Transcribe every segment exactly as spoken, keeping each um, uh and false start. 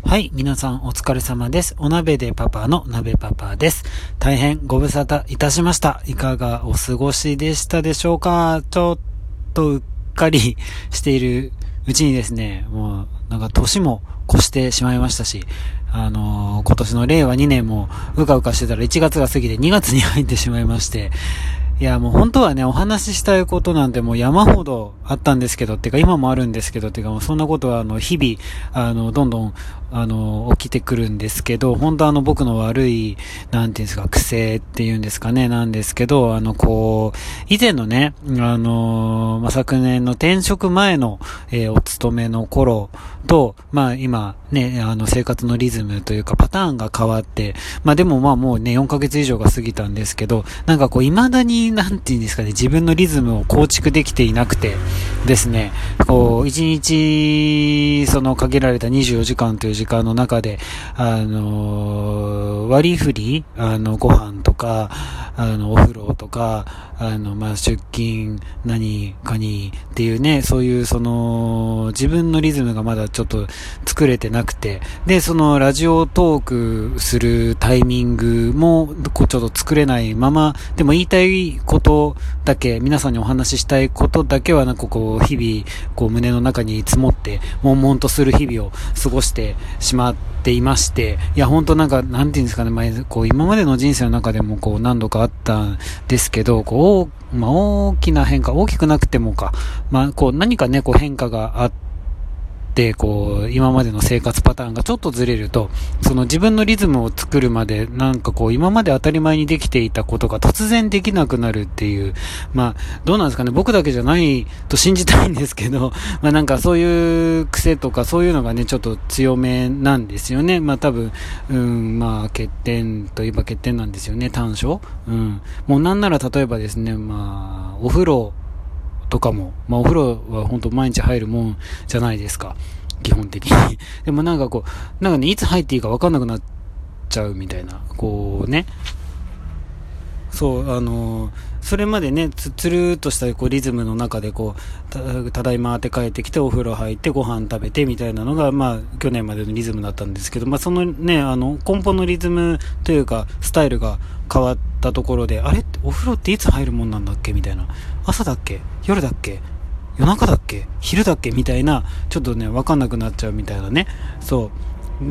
はい、皆さんお疲れ様です。お鍋でパパの鍋パパです。大変ご無沙汰いたしました。いかがお過ごしでしたでしょうか？ちょっとうっかりしているうちにですね、もうなんか年も越してしまいましたし、あのー、今年のれいわにねんもうかうかしてたらいちがつが過ぎてにがつに入ってしまいまして、いやもう本当はねお話ししたいことなんてもう山ほどあったんですけどっていうか今もあるんですけどっていうかもうそんなことはあの日々あのどんどんあの起きてくるんですけど、本当あの僕の悪いなんていうんですか癖っていうんですかねなんですけど、あのこう以前のねあの、まあ、昨年の転職前の、えー、お勤めの頃とまあ今ねあの生活のリズムというかパターンが変わって、まあでもまあもうねよんかげつ以上が過ぎたんですけど、なんかこう未だになんていうんですかね自分のリズムを構築できていなくてですね、こう一日その限られたにじゅうよじかんという時間の中であの割り振りあのご飯とかあのお風呂とかあのまあ出勤何かにっていうね、そういうその自分のリズムがまだちょっと作れてなくて、でそのラジオトークするタイミングもこうちょっと作れないまま、でも言いたいことだけ皆さんにお話ししたいことだけはなんかこう日々こう胸の中に積もって悶々とする日々を過ごしてしまっていまして、いや本当なんかなんていうんですかね、まあ、こう今までの人生の中でもこう何度かあったんですけど、こう、まあ、大きな変化大きくなくてもか、まあ、こう何かねこう変化があってでこう今までの生活パターンがちょっとずれると、その自分のリズムを作るまでなんかこう今まで当たり前にできていたことが突然できなくなるっていう、まあどうなんですかね、僕だけじゃないと信じたいんですけど、まあなんかそういう癖とかそういうのがねちょっと強めなんですよね。まあ多分うんまあ欠点といえば欠点なんですよね、短所。うんもうなんなら例えばですね、まあお風呂とかも、まあお風呂は本当毎日入るもんじゃないですか、基本的に。でもなんかこう、なんかね、いつ入っていいか分かんなくなっちゃうみたいな、こうね。そう、あのー、それまでね、つ、つるーっとしたこうリズムの中でこう、た、ただいまって帰ってきてお風呂入ってご飯食べてみたいなのが、まあ去年までのリズムだったんですけど、まあそのね、あの、根本のリズムというか、スタイルが変わったところで、あれお風呂っていつ入るもんなんだっけみたいな。朝だっけ夜だっけ夜中だっけ昼だっけみたいな、ちょっとね、わかんなくなっちゃうみたいなね。そう。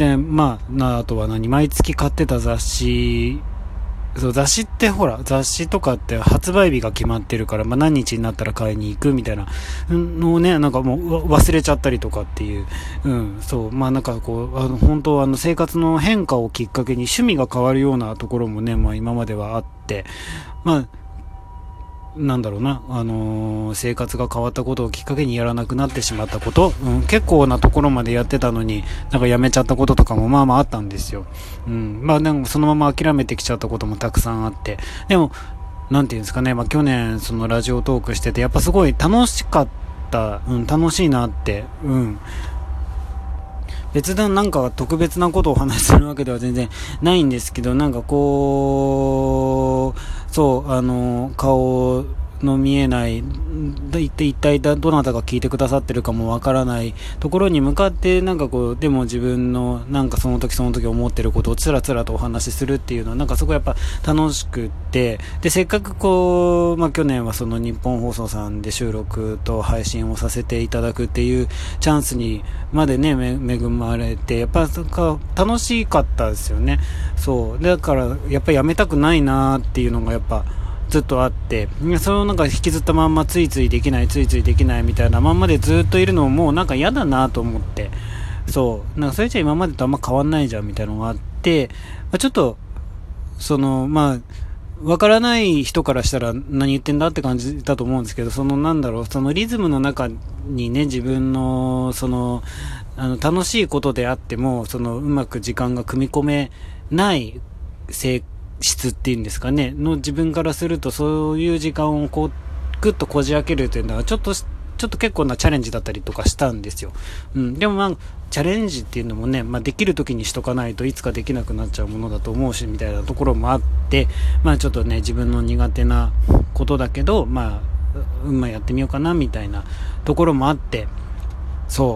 で、まあ、なあとは何毎月買ってた雑誌、そう雑誌ってほら雑誌とかって発売日が決まってるから、まあ、何日になったら買いに行くみたいなのをねなんかもう忘れちゃったりとかっていう、うんそうまあなんかこうあの本当あの生活の変化をきっかけに趣味が変わるようなところもね、まあ、今まではあって、まあなんだろうな、あのー、生活が変わったことをきっかけにやらなくなってしまったこと、うん、結構なところまでやってたのになんかやめちゃったこととかもまあまああったんですよ。うん、まあでもそのまま諦めてきちゃったこともたくさんあって、でもなんていうんですかね、まあ去年そのラジオトークしててやっぱすごい楽しかった、うん、楽しいなって、うん。別段なんか特別なことをお話しするわけでは全然ないんですけど、なんかこうそうあの顔の見えない一体一体どなたが聞いてくださってるかもわからないところに向かってなんかこうでも自分のなんかその時その時思ってることをつらつらとお話しするっていうのはなんかそこやっぱ楽しくって、でせっかくこうまあ去年はその日本放送さんで収録と配信をさせていただくっていうチャンスにまでね恵まれてやっぱ楽しかったですよね。そうだからやっぱりやめたくないなっていうのがやっぱずっとあって、それをなんか引きずったまんまついついできないついついできないみたいなまんまでずっといるのももうなんか嫌だなと思って、そうなんかそれじゃ今までとあんま変わんないじゃんみたいなのがあって、まあ、ちょっとそのまあわからない人からしたら何言ってんだって感じだと思うんですけど、そのなんだろうそのリズムの中にね自分のそのあの楽しいことであってもそのうまく時間が組み込めない生活質っていうんですかねの自分からするとそういう時間をこうグッとこじ開けるというのはちょっとちょっと結構なチャレンジだったりとかしたんですよ。うん、でもまあチャレンジっていうのもね、まあ、できる時にしとかないといつかできなくなっちゃうものだと思うしみたいなところもあって、まあちょっとね自分の苦手なことだけどまあ、うん、まあやってみようかなみたいなところもあって、そう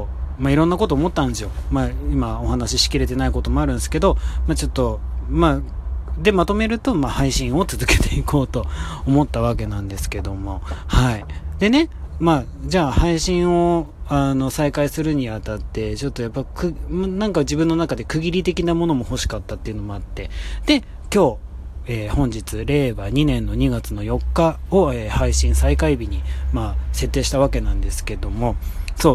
まあ、いろんなこと思ったんですよ。まあ、今お話ししきれてないこともあるんですけど、まあ、ちょっと、まあ、でまとめると、まあ、配信を続けていこうと思ったわけなんですけども、はい。でね、まあ、じゃあ配信をあの再開するにあたって、ちょっとやっぱく、なんか自分の中で区切り的なものも欲しかったっていうのもあって、で、今日、えー、本日、令和にねんのにがつのよっかを、えー、配信再開日に、まあ、設定したわけなんですけども、そう。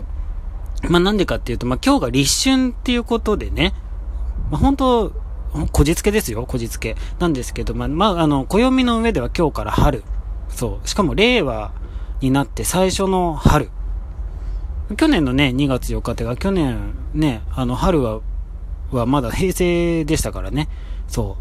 まあ、なんでかっていうと、まあ、今日が立春っていうことでね、まあ、本当、こじつけですよ、こじつけ。なんですけど、まあ、まあ、あの、暦の上では今日から春。そう。しかも令和になって最初の春。去年のね、にがつよっかってか、去年ね、あの、春は、はまだ平成でしたからね。そう。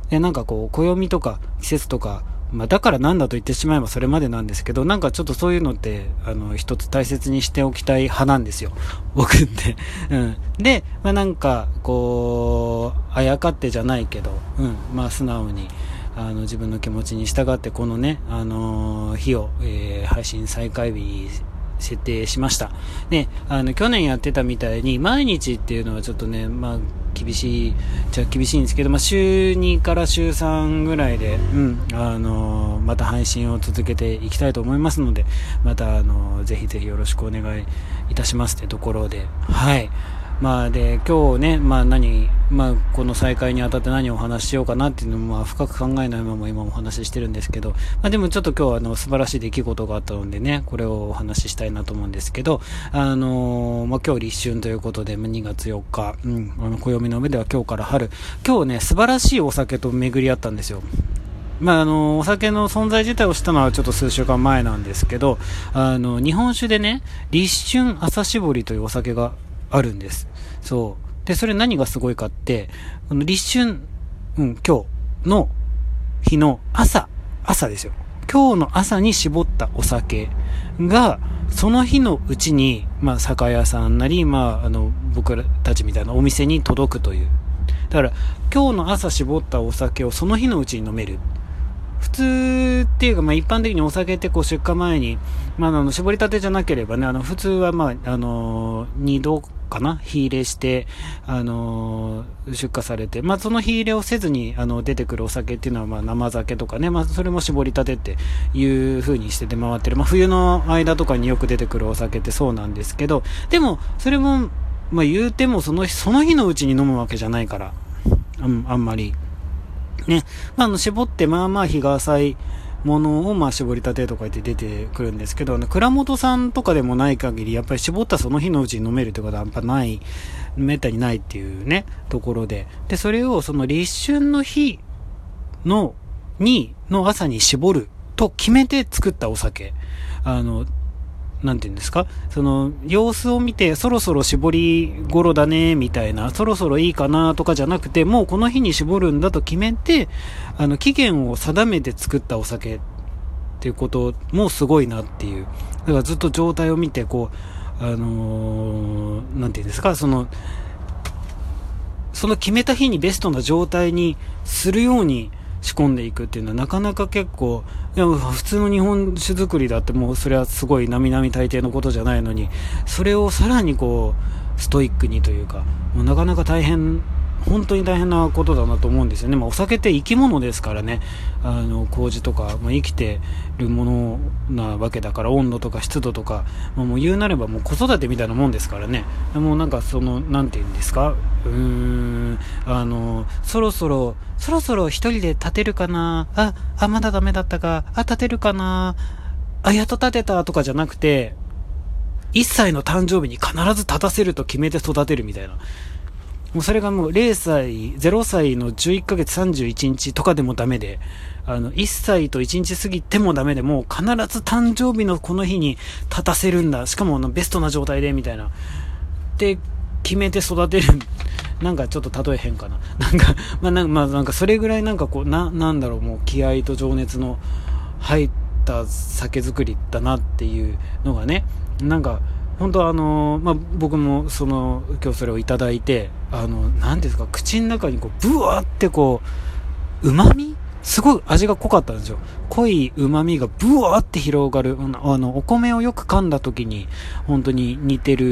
で、なんかこう、暦とか季節とか、まあ、だからなんだと言ってしまえばそれまでなんですけど、なんかちょっとそういうのって、あの、一つ大切にしておきたい派なんですよ。僕って。うん。で、まあ、なんか、こう、あやかってじゃないけど、うん。まあ、素直に、あの、自分の気持ちに従って、このね、あのー、日を、えー、配信再開日に設定しました。で、あの、去年やってたみたいに、毎日っていうのはちょっとね、まあ、厳しい、じゃ厳しいんですけど、まあ、週にから週さんぐらいで、うん、あのー、また配信を続けていきたいと思いますので、また、あのー、ぜひぜひよろしくお願いいたしますってところで、はい。まあで、今日ね、まあ何、まあこの再開にあたって何をお話ししようかなっていうのも、まあ深く考えないまま今お話ししてるんですけど、まあでもちょっと今日はあの素晴らしい出来事があったのでね、これをお話ししたいなと思うんですけど、あのー、まあ今日立春ということで、にがつよっか、うん、あの暦の上では今日から春、今日ね、素晴らしいお酒と巡り合ったんですよ。まあ、あの、お酒の存在自体を知ったのはちょっと数週間前なんですけど、あの、日本酒でね、立春朝搾りというお酒があるんです。そう。で、それ何がすごいかって、この立春、うん、今日の日の朝、朝ですよ。今日の朝に絞ったお酒が、その日のうちに、まあ、酒屋さんなり、まあ、あの、僕らたちみたいなお店に届くという。だから、今日の朝絞ったお酒をその日のうちに飲める。普通っていうか、まあ、一般的にお酒ってこう出荷前に、まあ、あの、絞りたてじゃなければね、あの、普通はまあ、あの、二度かな火入れして、あの、出荷されて、まあ、その火入れをせずに、あの、出てくるお酒っていうのは、まあ、生酒とかね、まあ、それも絞りたてっていう風にして出回ってる。まあ、冬の間とかによく出てくるお酒ってそうなんですけど、でも、それも、まあ、言うてもその日、その日のうちに飲むわけじゃないから、あん、あんまり。ね、まあ、あの絞ってまあまあ日が浅いものをまあ絞りたてとか言って出てくるんですけど、蔵元さんとかでもない限りやっぱり絞ったその日のうちに飲めるってことはやっぱない、めったにないっていうねところで、でそれをその立春の日のにの朝に絞ると決めて作ったお酒、あのなんていうんですか、その様子を見てそろそろ絞り頃だねみたいな、そろそろいいかなとかじゃなくて、もうこの日に絞るんだと決めて、あの期限を定めて作ったお酒っていうこともすごいなっていう。だからずっと状態を見てこう、あのー、なんていうんですか、そのその決めた日にベストな状態にするように仕込んでいくっていうのはなかなか結構、いや普通の日本酒作りだってもうそれはすごい並々大抵のことじゃないのに、それをさらにこうストイックにというか、もうなかなか大変、本当に大変なことだなと思うんですよね。まあ、お酒って生き物ですからね、あの麹とか、まあ、生きてるものなわけだから、温度とか湿度とか、まあ、もう言うなればもう子育てみたいなもんですからね。もうなんかそのなんていうんですか、うーん、あのそろそろそろそろ一人で立てるかな、ああまだダメだったか、あ立てるかな、あやっと立てたとかじゃなくて、いっさいの誕生日に必ず立たせると決めて育てるみたいな。もうそれがもうゼロさい、ゼロさいのじゅういっかげつさんじゅういちにちとかでもダメで、あの、いっさいといちにち過ぎてもダメで、もう必ず誕生日のこの日に立たせるんだ。しかもあのベストな状態で、みたいな。って決めて育てる。なんかちょっと例え変かな。なんか、まあなんか、まあなんかそれぐらいなんかこう、な、なんだろう、もう気合と情熱の入った酒造りだなっていうのがね、なんか、本当あのー、まあ、僕もその今日それをいただいて、あの何ですか、口の中にこうブワーってこう旨味、すごい味が濃かったんですよ。濃い旨味がブワーって広がる、あのお米をよく噛んだ時に本当に似てる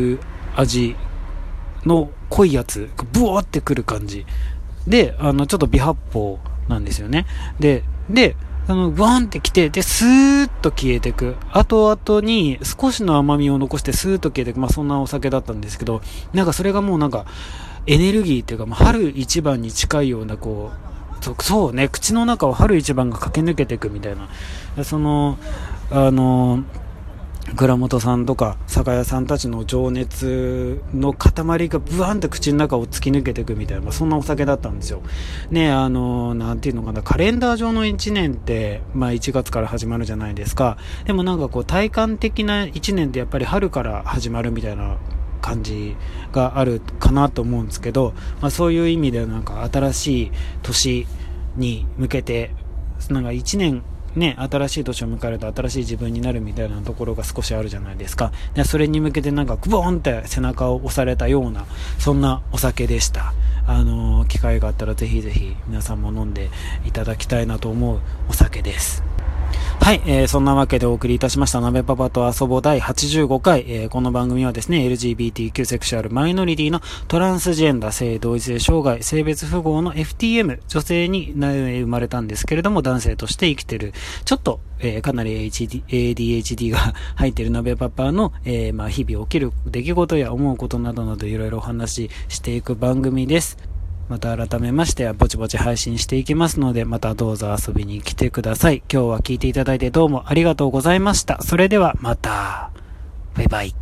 味の濃いやつがブワーってくる感じで、あのちょっと微発泡なんですよね。でであのブワーンってきて、でスーッと消えていく、後々に少しの甘みを残してスーッと消えていく、まあそんなお酒だったんですけど、なんかそれがもうなんかエネルギーっていうか、もう春一番に近いような、こうそそうね、口の中を春一番が駆け抜けていくみたいな、そのあの倉本さんとか酒屋さんたちの情熱の塊がブワンって口の中を突き抜けていくみたいな、まあ、そんなお酒だったんですよね。あのなんていうのかな、カレンダー上のいちねんって、まあ、いちがつから始まるじゃないですか。でもなんかこう体感的ないちねんってやっぱり春から始まるみたいな感じがあるかなと思うんですけど、まあ、そういう意味ではなんか新しい年に向けてなんかいちねんね、新しい年を迎えると新しい自分になるみたいなところが少しあるじゃないですか。でそれに向けてなんかグボーンって背中を押されたような、そんなお酒でした。あのー、機会があったらぜひぜひ皆さんも飲んでいただきたいなと思うお酒です。はい、えー、そんなわけでお送りいたしました鍋パパと遊ぼうだいはちじゅうごかい、えー、この番組はですね エルジービーティーキュー セクシュアルマイノリティのトランスジェンダー、性同一性障害、性別符号の エフティーエム、 女性に生まれたんですけれども男性として生きてる、ちょっと、えー、かなり エーディーエイチディー が入っている鍋パパの、えーまあ、日々起きる出来事や思うことなどなどいろいろお話ししていく番組です。また改めましてぼちぼち配信していきますので、またどうぞ遊びに来てください。今日は聞いていただいてどうもありがとうございました。それではまた。バイバイ。